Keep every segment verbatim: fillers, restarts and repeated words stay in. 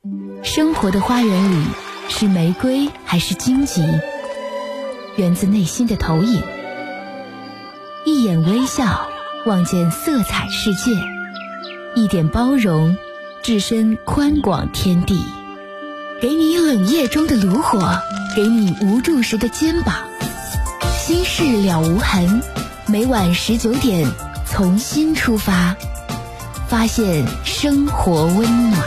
生活的花园里，是玫瑰还是荆棘？源自内心的投影。一眼微笑，望见色彩世界；一点包容，置身宽广天地。给你冷夜中的炉火，给你无助时的肩膀。心事了无痕，每晚十九点，从心出发，发现生活温暖。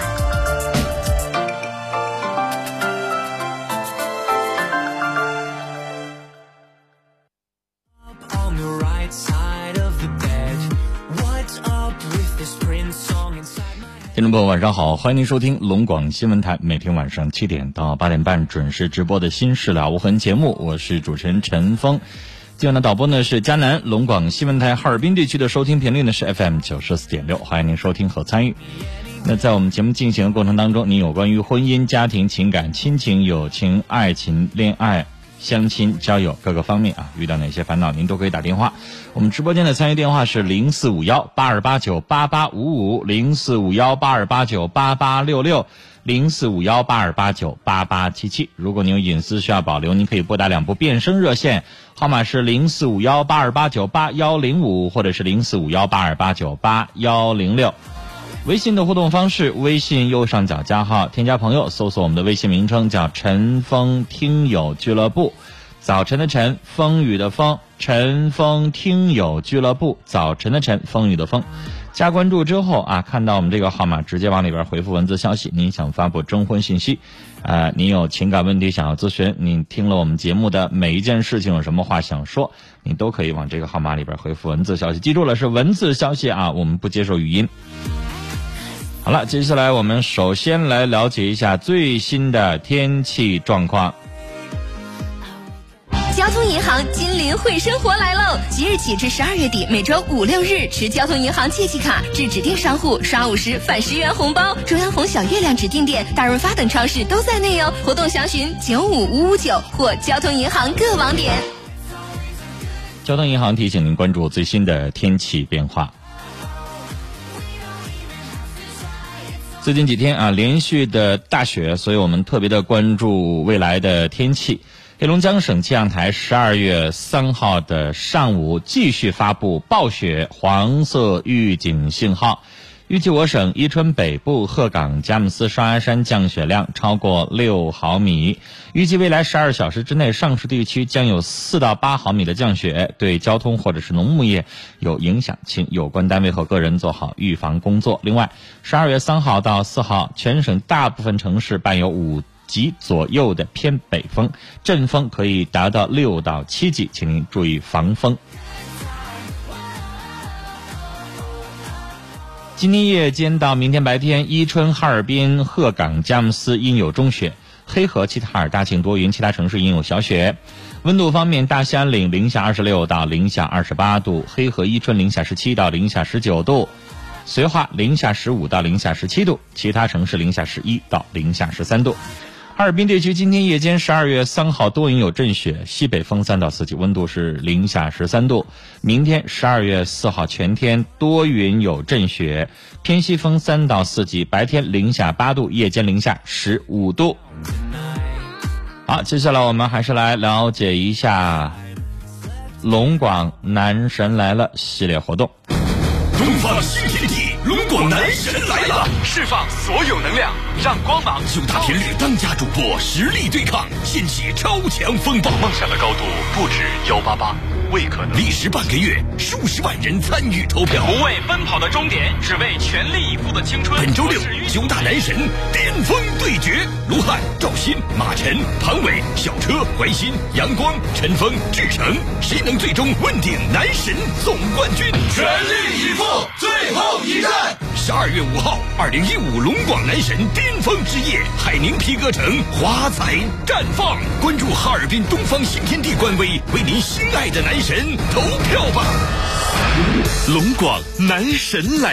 听众朋友晚上好，欢迎您收听龙广新闻台每天晚上七点到八点半准时直播的新事了无痕节目，我是主持人陈峰。今晚的导播呢是迦南，龙广新闻台哈尔滨地区的收听频率呢是 F M 九十四点六，欢迎您收听和参与。那在我们节目进行的过程当中，您有关于婚姻、家庭、情感、亲情、友情、爱情、恋爱、相亲、交友各个方面啊，遇到哪些烦恼您都可以打电话。我们直播间的参与电话是零四五幺八二八九八八五五、零四五幺八二八九八八六六、零四五幺八二八九八八七七。如果您有隐私需要保留，您可以拨打两部变声热线，号码是零四五幺八二八九八一零五或者是零四五幺八二八九八一零六。微信的互动方式，微信右上角加号，添加朋友，搜索我们的微信名称叫陈峰听友俱乐部，早晨的晨，风雨的风，陈峰听友俱乐部，早晨的晨，风雨的风。加关注之后啊，看到我们这个号码，直接往里边回复文字消息，您想发布征婚信息，呃，您有情感问题想要咨询，您听了我们节目的每一件事情有什么话想说，你都可以往这个号码里边回复文字消息，记住了，是文字消息啊，我们不接受语音。好了，接下来我们首先来了解一下最新的天气状况。 交通银行金陵会生活来喽！即日起至十二月底，每周五六日持交通银行借记卡至指定商户刷五十返十元红包，中央红小月亮指定店、大润发等超市都在内哦。活动详询九五五五九或交通银行各网点。 交通银行提醒您关注最新的天气变化。最近几天啊，连续的大雪，所以我们特别的关注未来的天气。黑龙江省气象台十二月三号的上午继续发布暴雪黄色预警信号，预计我省伊春北部、鹤岗、佳木斯、双鸭山降雪量超过六毫米。预计未来十二小时之内，上述地区将有四到八毫米的降雪，对交通或者是农牧业有影响，请有关单位和个人做好预防工作。另外，十二月三号到四号，全省大部分城市伴有五级左右的偏北风，阵风可以达到六到七级，请您注意防风。今天夜间到明天白天，伊春、哈尔滨、鹤岗、佳木斯阴有中雪，黑河、齐齐哈尔、大庆多云，其他城市阴有小雪。温度方面，大兴安岭零下二十六到零下二十八度，黑河、伊春零下十七到零下十九度，绥化零下十五到零下十七度，其他城市零下十一到零下十三度。哈尔滨地区今天夜间十二月三号多云有阵雪，西北风三到四级，温度是零下十三度。明天十二月四号全天多云有阵雪，偏西风三到四级，白天零下八度，夜间零下十五度。好，接下来我们还是来了解一下龙广男神来了系列活动。 东方新天地，龙广男神来了！ 释放所有能量，让光芒九大频率当家主播实力对抗，掀起超强风暴。 梦想的高度不止幺八八，未可能。 历时半个月，数十万人参与投票， 不为奔跑的终点，只为全力以赴的青春。 本周六，九大男神巅峰对决，卢汉、赵鑫、马晨、庞伟、小车、怀新、阳光、陈峰、志成，谁能最终问鼎男神总冠军？ 全力以赴，最后一战。 十二月五号，二零一五龙广男神巅峰之夜，海宁皮革城华彩绽放。关注哈尔滨东方新天地官微，为您心爱的男神投票吧！ 龙广男神来了，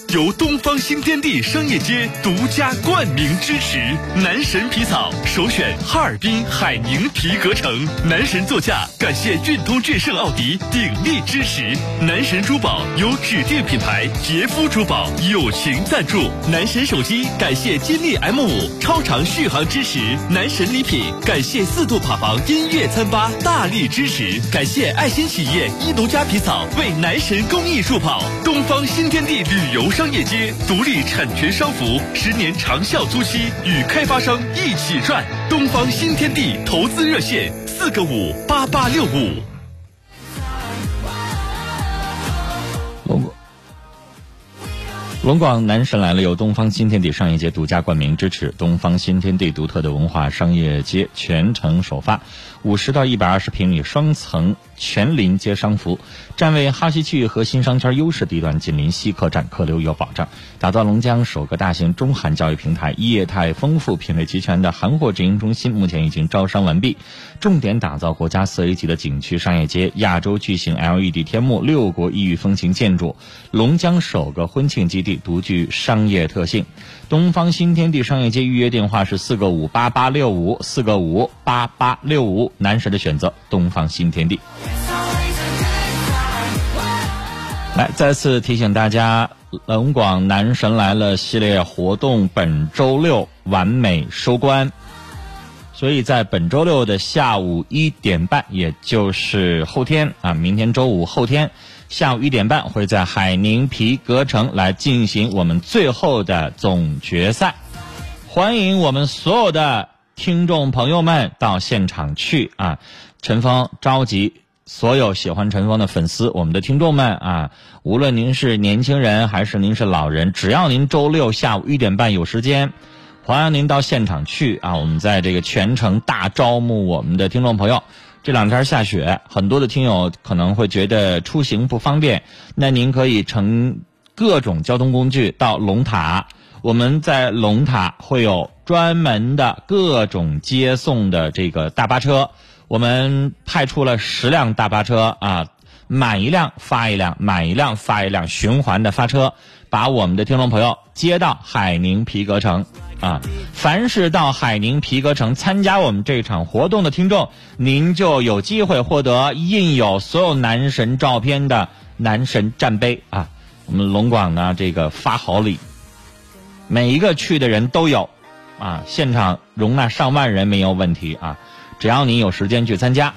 由东方新天地商业街独家冠名支持。男神皮草首选哈尔滨海宁皮革城，男神座驾感谢运通智胜奥迪鼎力支持。男神珠宝由指定品牌杰夫珠宝友情赞助。男神手机感谢金立 M 五超长续航支持。男神礼品感谢四度跑房音乐餐吧大力支持。感谢爱心企业一独家皮草为男神公益助跑。东方新天地旅游商业街独立产权商服十年长效租期，与开发商一起赚。东方新天地投资热线四个五八八六五。 龙广男神来了由东方新天地商业街独家冠名支持。东方新天地独特的文化商业街全城首发，五十到一百二十平米双层全临街商服，站位哈西区域核心商圈优势地段，紧邻西客站，客流有保障，打造龙江首个大型中韩教育平台，业态丰富、品类齐全的韩货直营中心目前已经招商完毕，重点打造国家四 A 级的景区商业街，亚洲巨型 L E D 天幕，六国异域风情建筑，龙江首个婚庆基地，独具商业特性。东方新天地商业街预约电话是四个五八八六五，四个五八八六五，男神的选择，东方新天地。来，再次提醒大家，龙广男神来了系列活动本周六完美收官，所以在本周六的下午一点半，也就是后天啊，明天周五后天下午一点半，会在海宁皮革城来进行我们最后的总决赛。欢迎我们所有的听众朋友们到现场去啊！陈峰召集所有喜欢陈峰的粉丝，我们的听众们啊，无论您是年轻人还是您是老人，只要您周六下午一点半有时间，欢迎您到现场去啊！我们在这个全城大招募我们的听众朋友。这两天下雪，很多的听友可能会觉得出行不方便，那您可以乘各种交通工具到龙塔，我们在龙塔会有专门的各种接送的这个大巴车，我们派出了十辆大巴车啊，满一辆发一辆，满一辆发一辆，循环的发车，把我们的听众朋友接到海宁皮革城啊。凡是到海宁皮革城参加我们这场活动的听众，您就有机会获得印有所有男神照片的男神战杯啊。我们龙广呢这个发好礼，每一个去的人都有啊，现场容纳上万人没有问题啊，只要你有时间去参加。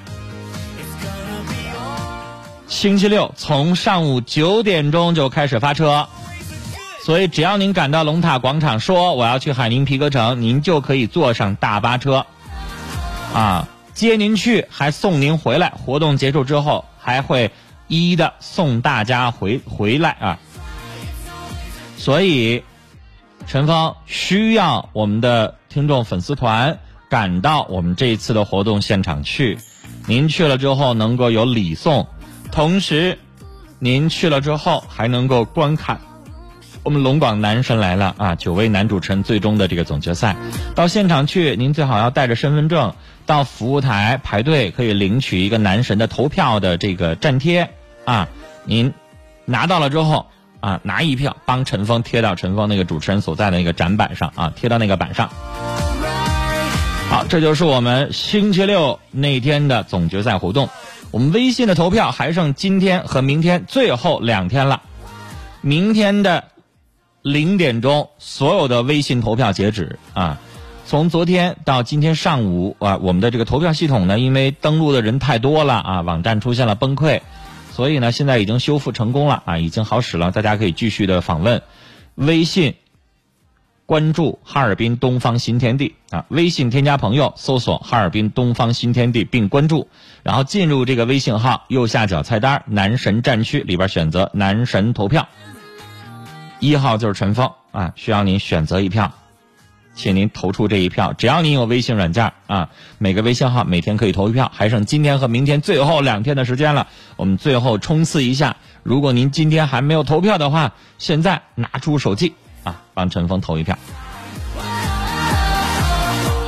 星期六从上午九点钟就开始发车，所以只要您赶到龙塔广场说我要去海宁皮革城，您就可以坐上大巴车啊，接您去还送您回来，活动结束之后还会一一的送大家回回来啊。所以陈峰需要我们的听众粉丝团赶到我们这一次的活动现场去，您去了之后能够有礼送，同时您去了之后还能够观看我们龙广男神来了啊，九位男主持人最终的这个总决赛。到现场去，您最好要带着身份证到服务台排队，可以领取一个男神的投票的这个站贴啊。您拿到了之后啊，拿一票帮陈峰贴到陈峰那个主持人所在的那个展板上啊，贴到那个板上。好，这就是我们星期六那天的总决赛活动。我们微信的投票还剩今天和明天最后两天了，明天的零点钟所有的微信投票截止啊。从昨天到今天上午啊，我们的这个投票系统呢，因为登录的人太多了啊，网站出现了崩溃，所以呢现在已经修复成功了啊，已经好使了，大家可以继续的访问微信关注哈尔滨东方新天地啊，微信添加朋友搜索哈尔滨东方新天地并关注，然后进入这个微信号右下角菜单男神战区里边选择男神投票，一号就是陈峰啊，需要您选择一票，请您投出这一票，只要您有微信软件啊，每个微信号每天可以投一票，还剩今天和明天最后两天的时间了，我们最后冲刺一下，如果您今天还没有投票的话，现在拿出手机啊，帮陈峰投一票。好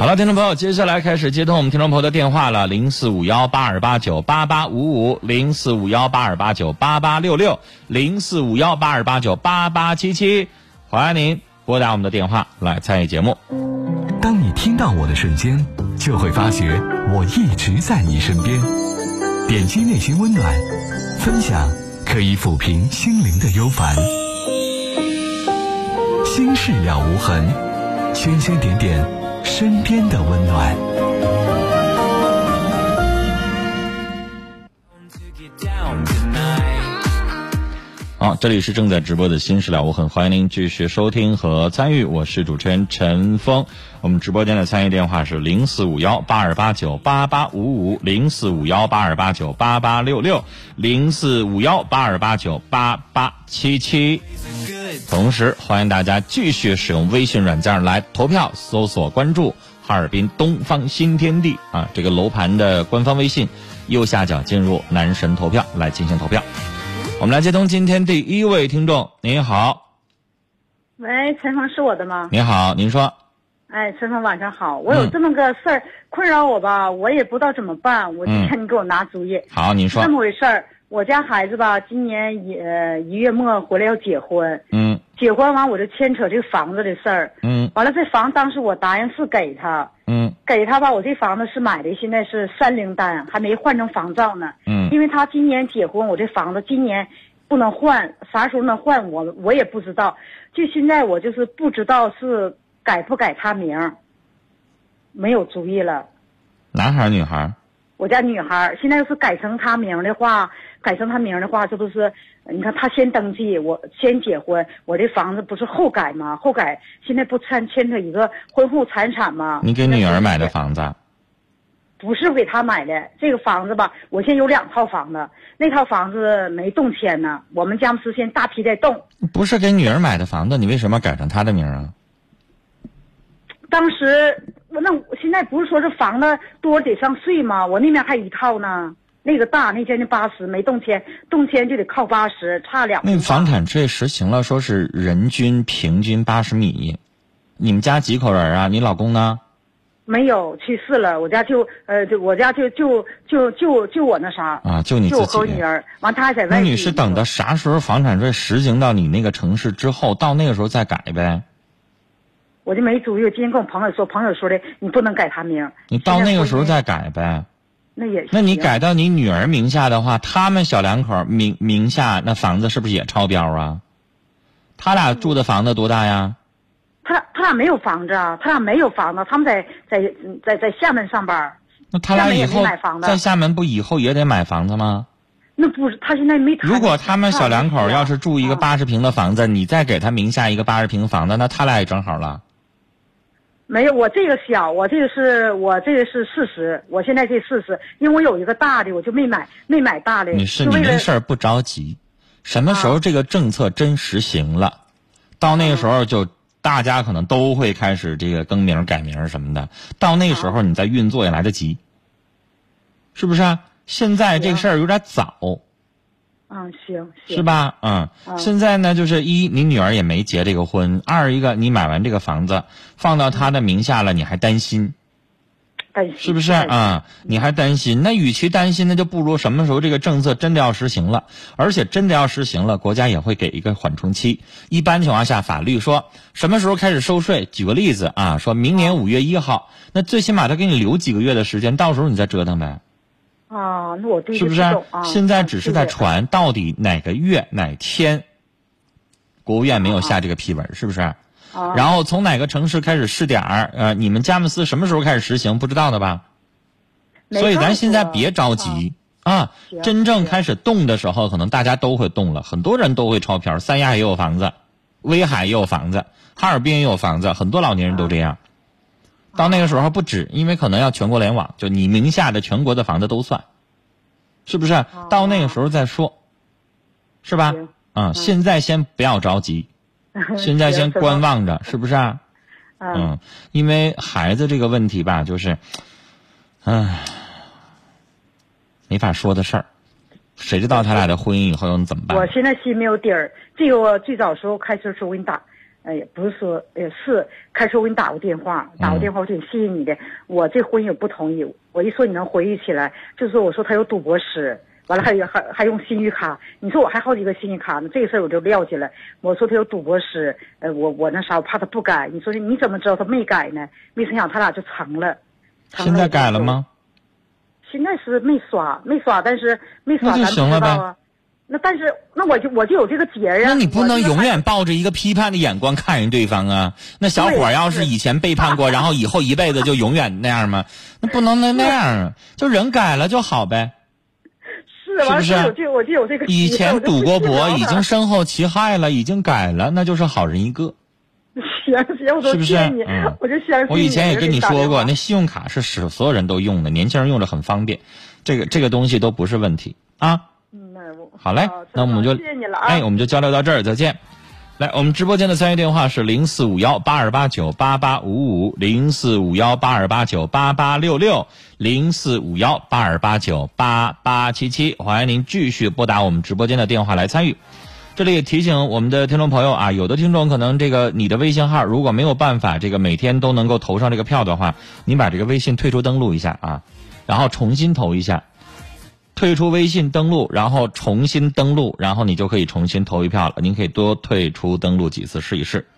好了，听众朋友，接下来开始接通我们听众朋友的电话了，零四五幺八二八九八八五五，零四五幺八二八九八八六六，零四五幺八二八九八八七七，欢迎您拨打我们的电话来参与节目。 当你听到我的瞬间，就会发觉我一直在你身边。点击内心温暖，分享可以抚平心灵的忧烦。心事了无痕，圈圈点点身边的温暖。 好，这里是正在直播的心事了无痕，欢迎您继续收听和参与，我是主持人陈峰。我们直播间的参与电话是零四五幺八二八九八八五五，零四五幺八二八九八八六六，零四五幺八二八九八八七七。同时欢迎大家继续使用微信软件来投票，搜索关注哈尔滨东方新天地啊，这个楼盘的官方微信右下角进入男神投票来进行投票。我们来接通今天第一位听众，您好。 喂，陈峰是我的吗？ 您好，您说。 哎，陈峰晚上好，我有这么个事儿、嗯、困扰我吧，我也不知道怎么办，我就劝你给我拿主意。 嗯、好，您说。 这么回事儿，我家孩子吧，今年也呃一月末回来要结婚。 嗯。 结婚完我就牵扯这个房子的事儿。 嗯。 完了，这房当时我答应是给他。 嗯。 给他吧，我这房子是买的，现在是三零单，还没换成房照呢。 嗯。 因为他今年结婚，我这房子今年不能换，啥时候能换我我也不知道。就现在我就是不知道是改不改他名，没有主意了。 男孩女孩？ 我家女孩。现在要是改成他名的话，改成他名的话，这不是你看他先登记，我先结婚，我这房子不是后改吗？后改现在不牵牵扯一个婚后财产吗？ 你给女儿买的房子？ 不是给他买的，这个房子吧，我现在有两套房子，那套房子没动迁呢，我们家是现在大批在动。 不是给女儿买的房子，你为什么改成她的名啊？ 当时我那现在不是说这房子多得上税吗？我那边还一套呢，那个大那将近八十没动迁，动迁就得靠八十，差两。 那房产税实行了，说是人均平均八十米。你们家几口人啊？你老公呢？ 没有，去世了。我家就呃，就我家就就就就就我那啥啊，就你自己， 就我和我女儿。完，他还在外地。 那你是等到啥时候房产税实行到你那个城市之后，到那个时候再改呗？ 我就没主意。今天跟我朋友说，朋友说的你不能改他名。 你到那个时候再改呗。 那也。 那你改到你女儿名下的话，他们小两口名名下那房子是不是也超标啊？他俩住的房子多大呀？ 他他俩没有房子啊，他俩没有房子，他们在在在在厦门上班。 那他俩以后在厦门不以后也得买房子吗？ 那不是，他现在没谈。 如果他们小两口要是住一个八十平的房子，啊、你再给他名下一个八十平房子，那他俩也正好了。 没有，我这个小，我这个是我这个是四十，我现在这四十，因为我有一个大的，我就没买没买大的。 你是你没事儿不着急，什么时候这个政策真实行了，啊、到那个时候就。大家可能都会开始这个更名改名什么的，到那个时候你再运作也来得及，是不是啊？现在这个事儿有点早。 嗯，行，行是吧？嗯， 嗯现在呢，就是一，你女儿也没结这个婚；二一个，你买完这个房子放到她的名下了，你还担心， 担心是不是啊？你还担心？那与其担心，那就不如什么时候这个政策真的要实行了，而且真的要实行了，国家也会给一个缓冲期。一般情况下，法律说什么时候开始收税？举个例子啊，说明年五月一号，那最起码他给你留几个月的时间，到时候你再折腾呗。 啊，那我对是不是？ 啊、 现在只是在传到底哪个月哪天，国务院没有下这个批文，是不是？ 啊。 然后从哪个城市开始试点儿？呃，你们佳木斯什么时候开始实行？不知道的吧？所以咱现在别着急啊，啊真正开始动的时候，可能大家都会动了，很多人都会钞票。三亚也有房子，威海也有房子，哈尔滨也有房子，很多老年人都这样。啊到那个时候不止，因为可能要全国联网，就你名下的全国的房子都算，是不是？到那个时候再说，是吧？啊、嗯，现在先不要着急，现在先观望着，是不是啊？嗯，因为孩子这个问题吧，就是，唉，没法说的事儿，谁知道他俩的婚姻以后又能怎么办？ 我现在心没有底儿。这个我最早时候开车时候我给你打。 哎，不是说，呃，是开始我给你打过电话，打过电话，我挺谢谢你的。我这婚姻我不同意，我一说你能回忆起来，就是说我说他有赌博史，完了还有还还用信誉卡，你说我还好几个信誉卡呢，这个事儿我就撂下了。我说他有赌博史，呃，我我那啥，我怕他不改。你说你怎么知道他没改呢？没成想他俩就成了。成了现在改了吗？ 现在是没刷，没刷，但是没刷， 那就行了呗。 那但是那我就我就有这个节啊， 那你不能永远抱着一个批判的眼光看人对方啊。那小伙要是以前背叛过，然后以后一辈子就永远那样吗？那不能那那样啊，就人改了就好呗。 是， 是不是？ 我就我就有这个。 以前赌过博，已经身后其害了，已经改了，那就是好人一个。 行行，我都谢谢你， 是不是嗯、 我就相信你。 我以前也跟你说过，那信用卡是使所有人都用的，年轻人用着很方便，这个这个东西都不是问题啊。好嘞，那我们就谢谢你了啊！ 哎，我们就交流到这儿，再见。来，我们直播间的参与电话是零四五幺八二八九八八五五，零四五幺八二八九八八六六，零四五幺八二八九八八七七。欢迎您继续拨打我们直播间的电话来参与。这里也提醒我们的听众朋友啊，有的听众可能这个你的微信号如果没有办法这个每天都能够投上这个票的话，你把这个微信退出登录一下啊，然后重新投一下。退出微信登录，然后重新登录，然后你就可以重新投一票了。您可以多退出登录几次试一试。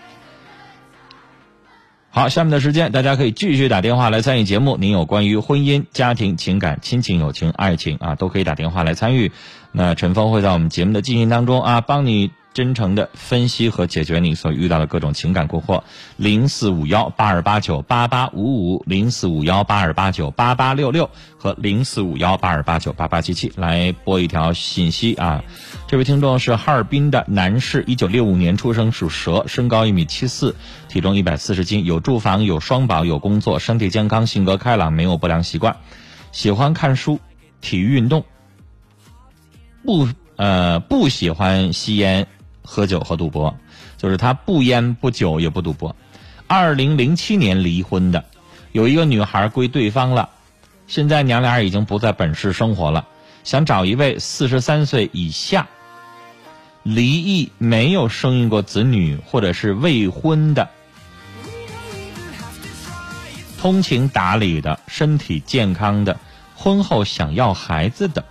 好，下面的时间大家可以继续打电话来参与节目。您有关于婚姻、家庭、情感、亲情、友情、爱情啊，都可以打电话来参与。那陈峰会在我们节目的进行当中啊，帮你真诚的分析和解决你所遇到的各种情感困惑。零四五幺八二八九八八五五，零四五幺八二八九八八六六和零四五幺八二八九八八七七来拨一条信息啊。这位听众是哈尔滨的男士，一九六五年出生，属蛇，身高一米七四，体重一百四十斤，有住房，有双保，有工作，身体健康，性格开朗，没有不良习惯，喜欢看书，体育运动，不呃不喜欢吸烟、喝酒和赌博，就是他不烟不酒也不赌博。二零零七年离婚的，有一个女孩归对方了，现在娘俩已经不在本市生活了，想找一位四十三岁以下，离异没有生育过子女或者是未婚的，通情达理的，身体健康的，婚后想要孩子的，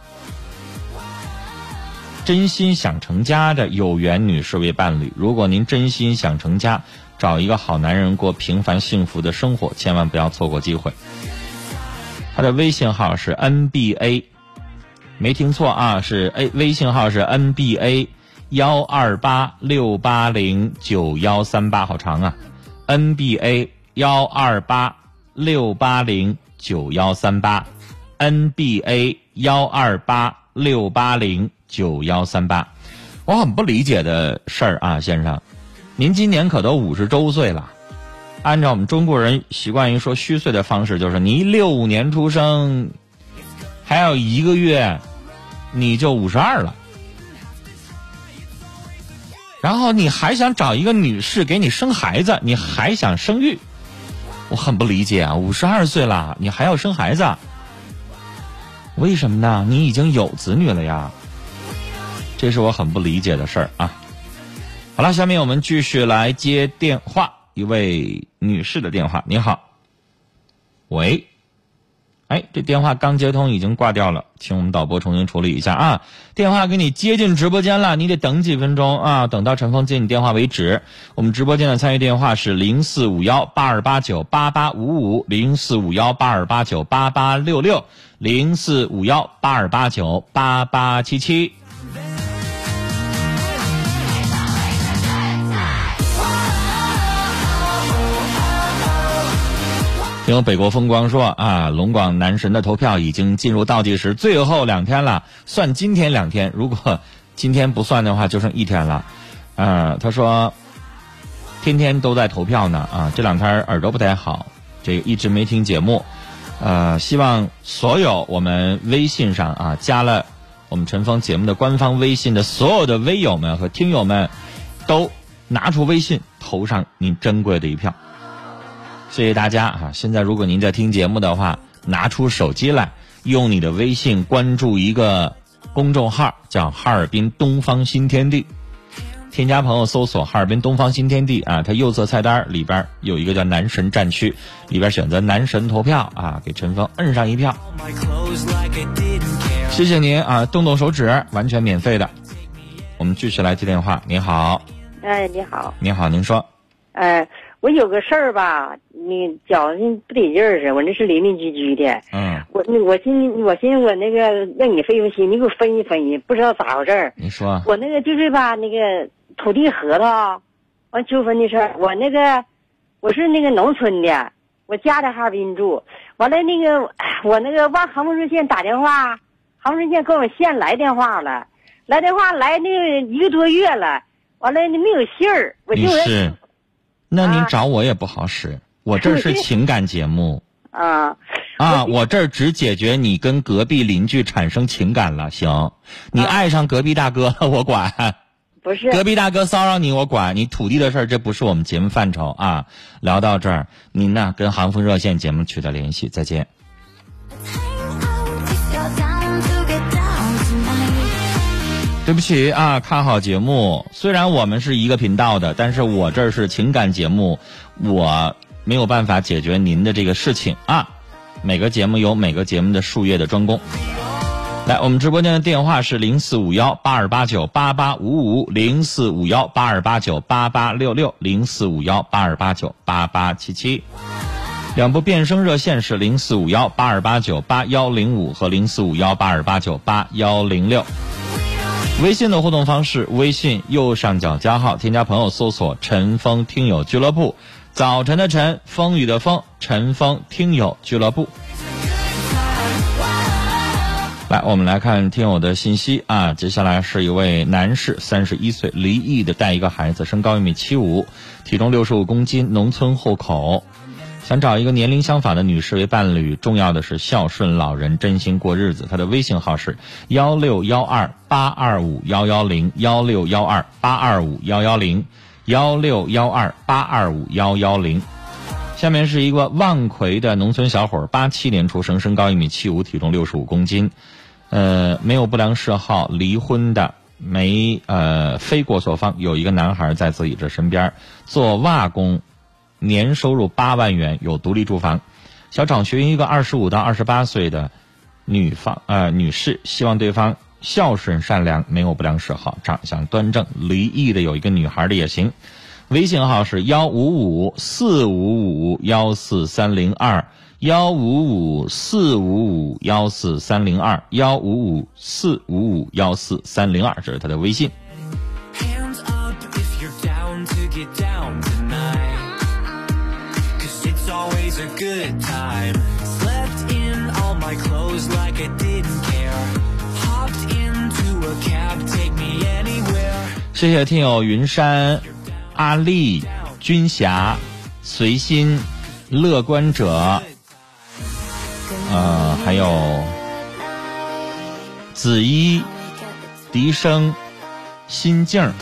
真心想成家的，有缘女士为伴侣。如果您真心想成家，找一个好男人过平凡幸福的生活，千万不要错过机会。他的微信号是 N B A， 没听错啊，是 A， 微信号是 N B A 幺二八六八零九幺三八，好长啊 ，N B A 幺二八六八零九幺三八 ，N B A 幺二八六八零九幺三八。我很不理解的事儿啊，先生，您今年可都五十周岁了。按照我们中国人习惯于说虚岁的方式，就是你六五年出生，还有一个月，你就五十二了。然后你还想找一个女士给你生孩子，你还想生育，我很不理解啊！五十二岁了，你还要生孩子，为什么呢？你已经有子女了呀，这是我很不理解的事儿啊。好了，下面我们继续来接电话，一位女士的电话。你好，喂，哎，这电话刚接通已经挂掉了，请我们导播重新处理一下啊。电话给你接进直播间了，你得等几分钟啊，等到陈峰接你电话为止。我们直播间的参与电话是零四五幺八二八九八八五五，零四五幺八二八九八八六六，零四五幺八二八九八八七七。听北国风光说啊，龙广男神的投票已经进入倒计时，最后两天了，算今天两天，如果今天不算的话，就剩一天了。呃，他说天天都在投票呢啊，这两天耳朵不太好，这个一直没听节目。呃，希望所有我们微信上啊加了我们陈峰节目的官方微信的所有的微友们和听友们，都拿出微信投上您珍贵的一票。谢谢大家啊！现在如果您在听节目的话，拿出手机来，用你的微信关注一个公众号，叫哈尔滨东方新天地。 添加朋友搜索哈尔滨东方新天地啊，它右侧菜单里边有一个叫男神战区，里边选择男神投票啊，给陈峰摁上一票。谢谢您啊，动动手指，完全免费的。我们继续来接电话。你好。 哎，你好。 你好，您说。 哎，我有个事儿吧，你觉着不得劲儿似的，我那是邻邻居居的。 嗯。 我那我寻我寻思我那个让你分析，你给我分析分析，不知道咋回事儿。 你说。 我那个就是吧，那个土地合同完纠纷的事儿，我那个我是那个农村的，我家在哈尔滨住，完了那个我那个往航空热线打电话，航空热线跟我县来电话了，来电话来那个一个多月了，完了没有信儿，我就。 是。那您找我也不好使，啊、我这是情感节目啊啊！我这儿只解决你跟隔壁邻居产生情感了，行？你爱上隔壁大哥，我管。 不是隔壁大哥骚扰你，我管。你土地的事儿，这不是我们节目范畴啊。聊到这儿，您呢跟航风热线节目取得联系，再见。对不起啊，看好节目。虽然我们是一个频道的，但是我这是情感节目，我没有办法解决您的这个事情啊。每个节目有每个节目的术业的专攻。来，我们直播间的电话是零四五幺八二八九八八五五，零四五幺八二八九八八六六，零四五幺八二八九八八七七。两部变声热线是零四五幺八二八九八幺零五和零四五幺八二八九八幺零六。微信的互动方式，微信右上角加号，添加朋友搜索陈峰听友俱乐部，早晨的晨，风雨的风，陈峰听友俱乐部。来，我们来看听友的信息啊。接下来是一位男士，三十一岁，离异的，带一个孩子，身高一米七五，体重六十五公斤，农村户口，想找一个年龄相仿的女士为伴侣，重要的是孝顺老人，真心过日子。他的微信号是幺六幺二八二五幺幺零，幺六幺二八二五幺幺零，幺六幺二八二五幺幺零。下面是一个望奎的农村小伙，八七年出生，身高一米七五，体重六十五公斤，呃，没有不良嗜好，离婚的，没呃非过错方，有一个男孩在自己这身边，做瓦工，年收入八万元，有独立住房，小长学一个二十五到二十八岁的女方呃女士，希望对方孝顺善良，没有不良嗜好，长相端正，离异的有一个女孩的也行。微信号是幺五五四五五幺四三零二，幺五五四五五幺四三零二，幺五五四五五幺四三零二，这是他的微信。谢谢听友云山、阿丽、军霞、随心、乐观者，呃，还有子一、笛声、心静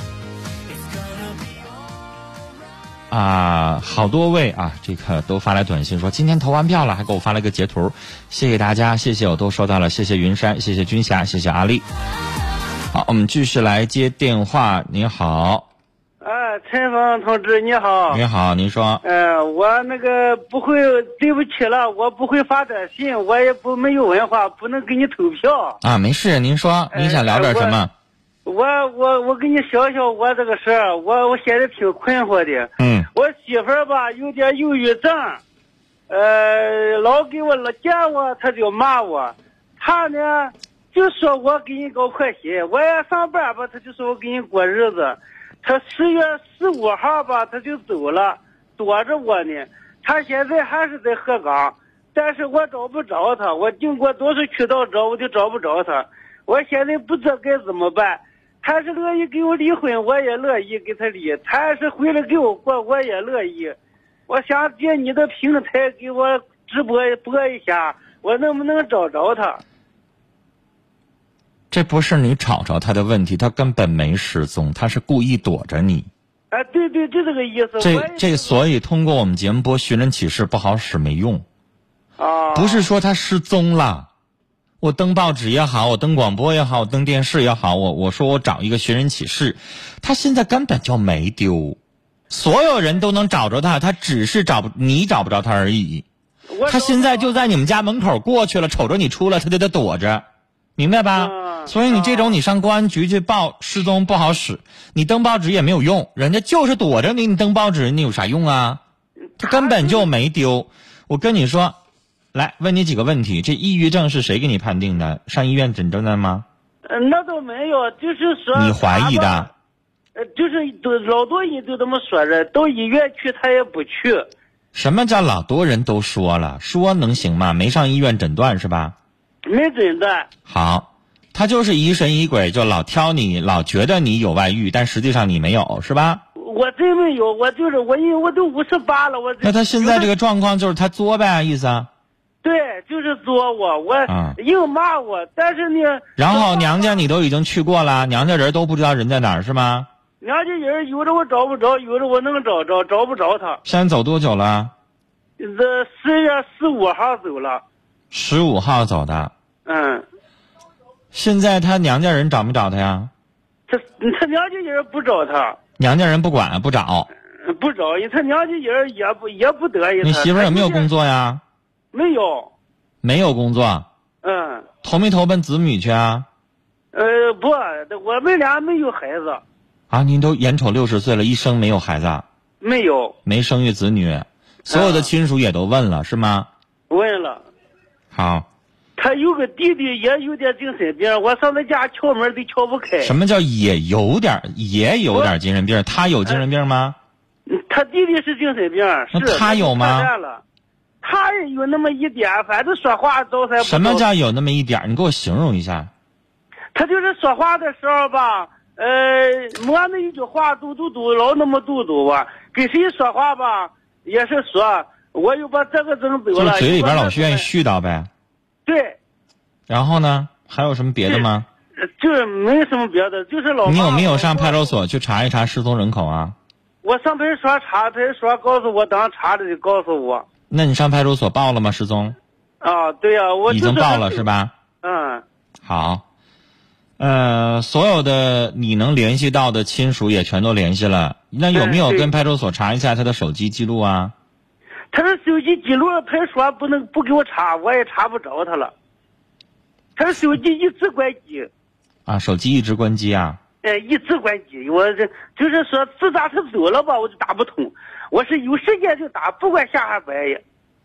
啊，好多位啊，这个都发来短信说今天投完票了，还给我发了个截图，谢谢大家，谢谢，我都收到了，谢谢云山，谢谢军霞，谢谢阿丽。好，我们继续来接电话。你好。 啊，陈峰同志你好。 你好，您说。 呃，我那个不会，对不起了，我不会发短信，我也不没有文化，不能给你投票。 啊，没事，您说，您想聊点什么？ 呃、我我我给你说说我这个事儿，我我现在挺困惑的。 嗯。 我媳妇儿吧有点忧郁症，呃，老给我老见我，他就骂我，他呢。就说我给你搞快心，我也上班吧，他就说我给你过日子。他十月十五号吧，他就走了，躲着我呢。他现在还是在鹤岗，但是我找不着他，我经过多少渠道找，我就找不着他。我现在不知道该怎么办。他是乐意给我离婚，我也乐意给他离；他是回来给我过，我也乐意。我想借你的平台给我直播播一下，我能不能找着他？ 这不是你找着他的问题，他根本没失踪，他是故意躲着你。 哎，对对，就这个意思。 这这所以通过我们节目播寻人启事不好使，没用。 啊。 不是说他失踪了， 我登报纸也好，我登广播也好，我登电视也好，我我说我找一个寻人启事，他现在根本就没丢，所有人都能找着他，他只是找不你找不着他而已。他现在就在你们家门口过去了，瞅着你出来，他就得躲着，明白吧？ 嗯、 所以你这种你上公安局去报失踪不好使，你登报纸也没有用，人家就是躲着你，你登报纸你有啥用啊？他根本就没丢。我跟你说。来问你几个问题，这抑郁症是谁给你判定的？上医院诊断的吗？ 呃，那倒没有，就是说你怀疑的？ 呃，就是都老多人都这么说着，到医院去他也不去。 什么叫老多人都说了？说能行吗？没上医院诊断是吧？ 没诊断。 好，他就是疑神疑鬼，就老挑你，老觉得你有外遇，但实际上你没有，是吧？ 我真没有，我就是我，因为我都五十八了，我。 那他现在这个状况就是他作呗，意思啊？ 对，就是作我，我硬骂我，嗯、但是呢。 然后娘家你都已经去过了，娘家人都不知道人在哪儿是吗？ 娘家人有的我找不着，有的我能找着，找不着他。 现在走多久了？ 这十月十五号走了。 十五号走的。 嗯。 现在他娘家人找没找他呀？ 他他娘家人不找他。 娘家人不管不找。 不找，他娘家人也不也不得意他。 你媳妇儿有没有工作呀？ 没有， 没有工作。 嗯。 投没投奔子女去啊？ 呃，不，我们俩没有孩子。 啊，您都眼瞅六十岁了，一生没有孩子？ 没有。 没生育子女，所有的亲属也都问了，嗯、是吗？ 问了。 好。 他有个弟弟也有点精神病，我上他家敲门都敲不开。 什么叫也有点也有点精神病？他有精神病吗？ 他弟弟是精神病，是。 那他有吗？ 他有那么一点，反正说话招财。 什么叫有那么一点？你给我形容一下。 他就是说话的时候吧，呃，没那一句话嘟嘟嘟，老那么嘟嘟吧。跟谁说话吧，也是说，我又把这个整走了。 就嘴里边老是愿意絮叨呗。 对。 然后呢？还有什么别的吗？ 就是没什么别的，就是老。 你有没有上派出所去查一查失踪人口啊？ 我上派出所查，派出所告诉我，当查的就告诉我。 那你上派出所报了吗？失踪？ 啊，对呀、啊，我、就是、 已经报了是吧？ 嗯。 好，呃，所有的你能联系到的亲属也全都联系了。那有没有跟派出所查一下他的手机记录啊？ 他的手机记录，派出所不能不给我查，我也查不着他了。他的手机一直关机。 啊，手机一直关机啊？ 哎，一直关机。我这就是说，自打他走了吧，我就打不通。我是有时间就打，不管下下班也。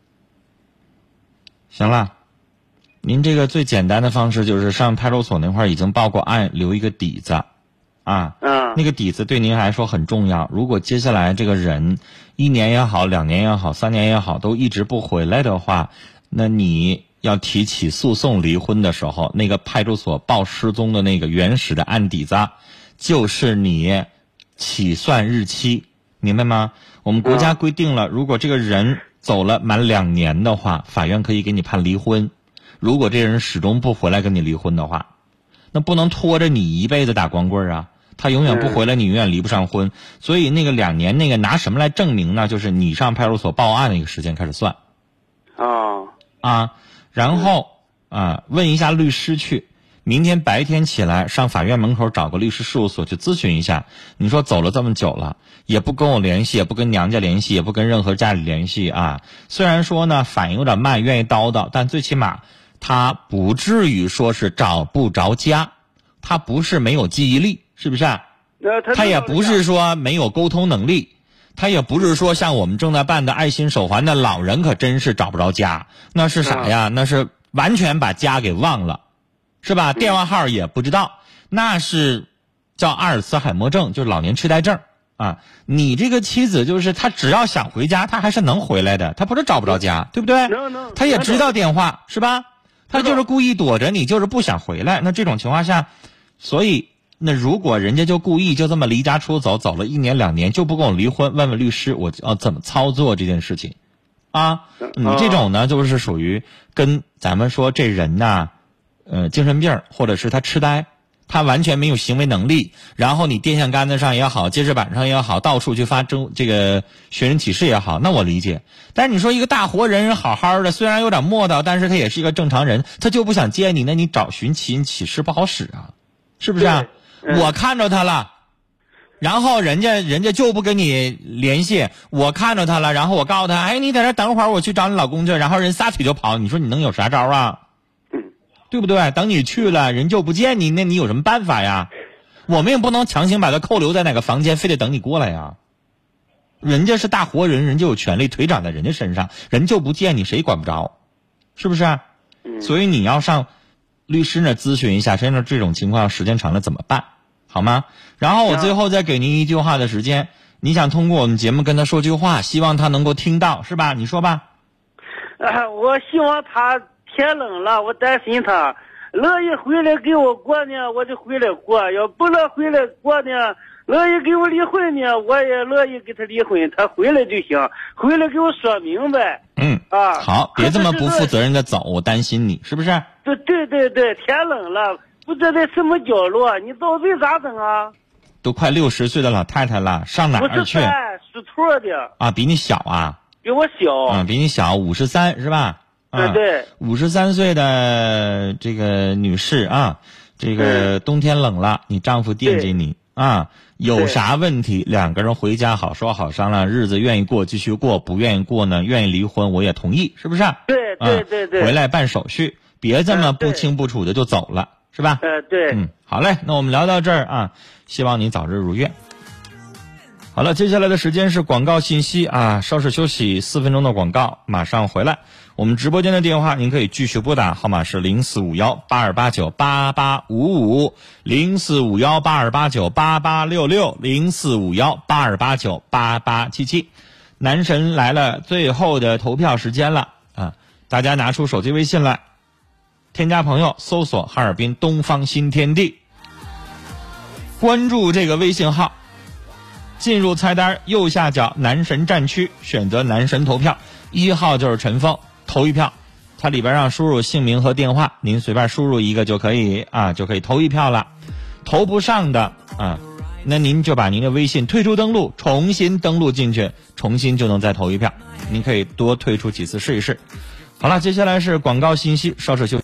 行了，您这个最简单的方式就是上派出所那块儿已经报过案，留一个底子，啊， 嗯， 那个底子对您来说很重要。如果接下来这个人一年也好，两年也好，三年也好，都一直不回来的话，那你要提起诉讼离婚的时候，那个派出所报失踪的那个原始的案底子，就是你起算日期，明白吗？我们国家规定了，如果这个人走了满两年的话，法院可以给你判离婚。如果这人始终不回来跟你离婚的话，那不能拖着你一辈子打光棍啊！他永远不回来，你永远离不上婚。所以那个两年那个拿什么来证明呢？就是你上派出所报案那个时间开始算。 啊啊，然后啊问一下律师去。明天白天起来上法院门口找个律师事务所去咨询一下。你说走了这么久了，也不跟我联系，也不跟娘家联系，也不跟任何家里联系啊。虽然说呢反应有点慢，愿意叨叨，但最起码他不至于说是找不着家，他不是没有记忆力，是不是啊？他也不是说没有沟通能力，他也不是说像我们正在办的爱心手环的老人可真是找不着家，那是啥呀？那是完全把家给忘了。是吧？电话号也不知道，那是叫阿尔茨海默症，就是老年痴呆症啊。你这个妻子就是她只要想回家，她还是能回来的，她不是找不着家，对不对？她也知道电话，是吧？她就是故意躲着你，就是不想回来。那这种情况下，所以那如果人家就故意就这么离家出走，走了一年两年就不跟我离婚，问问律师我要怎么操作这件事情啊？你这种呢，就是属于跟咱们说这人呐。呃，精神病或者是他痴呆， 他完全没有行为能力，然后你电线杆子上也好，揭示板上也好，到处去发这这个寻人启事也好，那我理解。但是你说一个大活人人好好的，虽然有点磨叨，但是他也是一个正常人，他就不想见你，那你找寻人启事不好使啊，是不是啊？嗯、我看着他了，然后人家人家就不跟你联系，我看着他了，然后我告诉他，哎，你在这等会儿，我去找你老公去，然后人撒腿就跑，你说你能有啥招啊？对不对？等你去了，人就不见你，那你有什么办法呀？我们也不能强行把他扣留在哪个房间，非得等你过来呀。人家是大活人，人就有权利，腿长在人家身上，人就不见你，谁管不着，是不是啊？所以你要上律师那咨询一下，真的这种情况时间长了怎么办，好吗？然后我最后再给您一句话的时间，你想通过我们节目跟他说句话，希望他能够听到，是吧？你说吧。 啊，我希望他。天冷了，我担心他，乐意回来给我过呢，我就回来过；要不乐回来过呢，乐意给我离婚呢，我也乐意给他离婚。他回来就行，回来给我说明白。 嗯啊， 好，别这么不负责任的走，我担心你，是不是？ 对对对对，天冷了，不知道在什么角落，你到底咋整啊？ 都快六十岁的老太太了，上哪儿去？ 五十三，属兔的。 啊，比你小啊？ 比我小。 啊，比你小，五十三是吧？ 对对， 五十三岁的这个女士啊，这个冬天冷了，你丈夫惦记你啊，有啥问题两个人回家好说好商量，日子愿意过继续过，不愿意过呢，愿意离婚我也同意，是不是？ 对对对对， 回来办手续，别这么不清不楚的就走了，是吧？ 呃，对， 嗯，好嘞，那我们聊到这儿啊，希望你早日如愿。好了，接下来的时间是广告信息啊，稍事休息，四分钟的广告，马上回来。我们直播间的电话您可以继续拨打，号码是零四五幺八二八九八八五五，零四五幺八二八九八八六六，零四五幺八二八九八八七七。男神来了，最后的投票时间了啊！大家拿出手机微信来，添加朋友，搜索哈尔滨东方新天地，关注这个微信号。进入菜单右下角男神战区，选择男神投票，一号就是陈峰，投一票。它里边让输入姓名和电话，您随便输入一个就可以啊，就可以投一票了。投不上的啊，那您就把您的微信退出登录，重新登录进去，重新就能再投一票。您可以多退出几次试一试。好了，接下来是广告信息，稍事休息。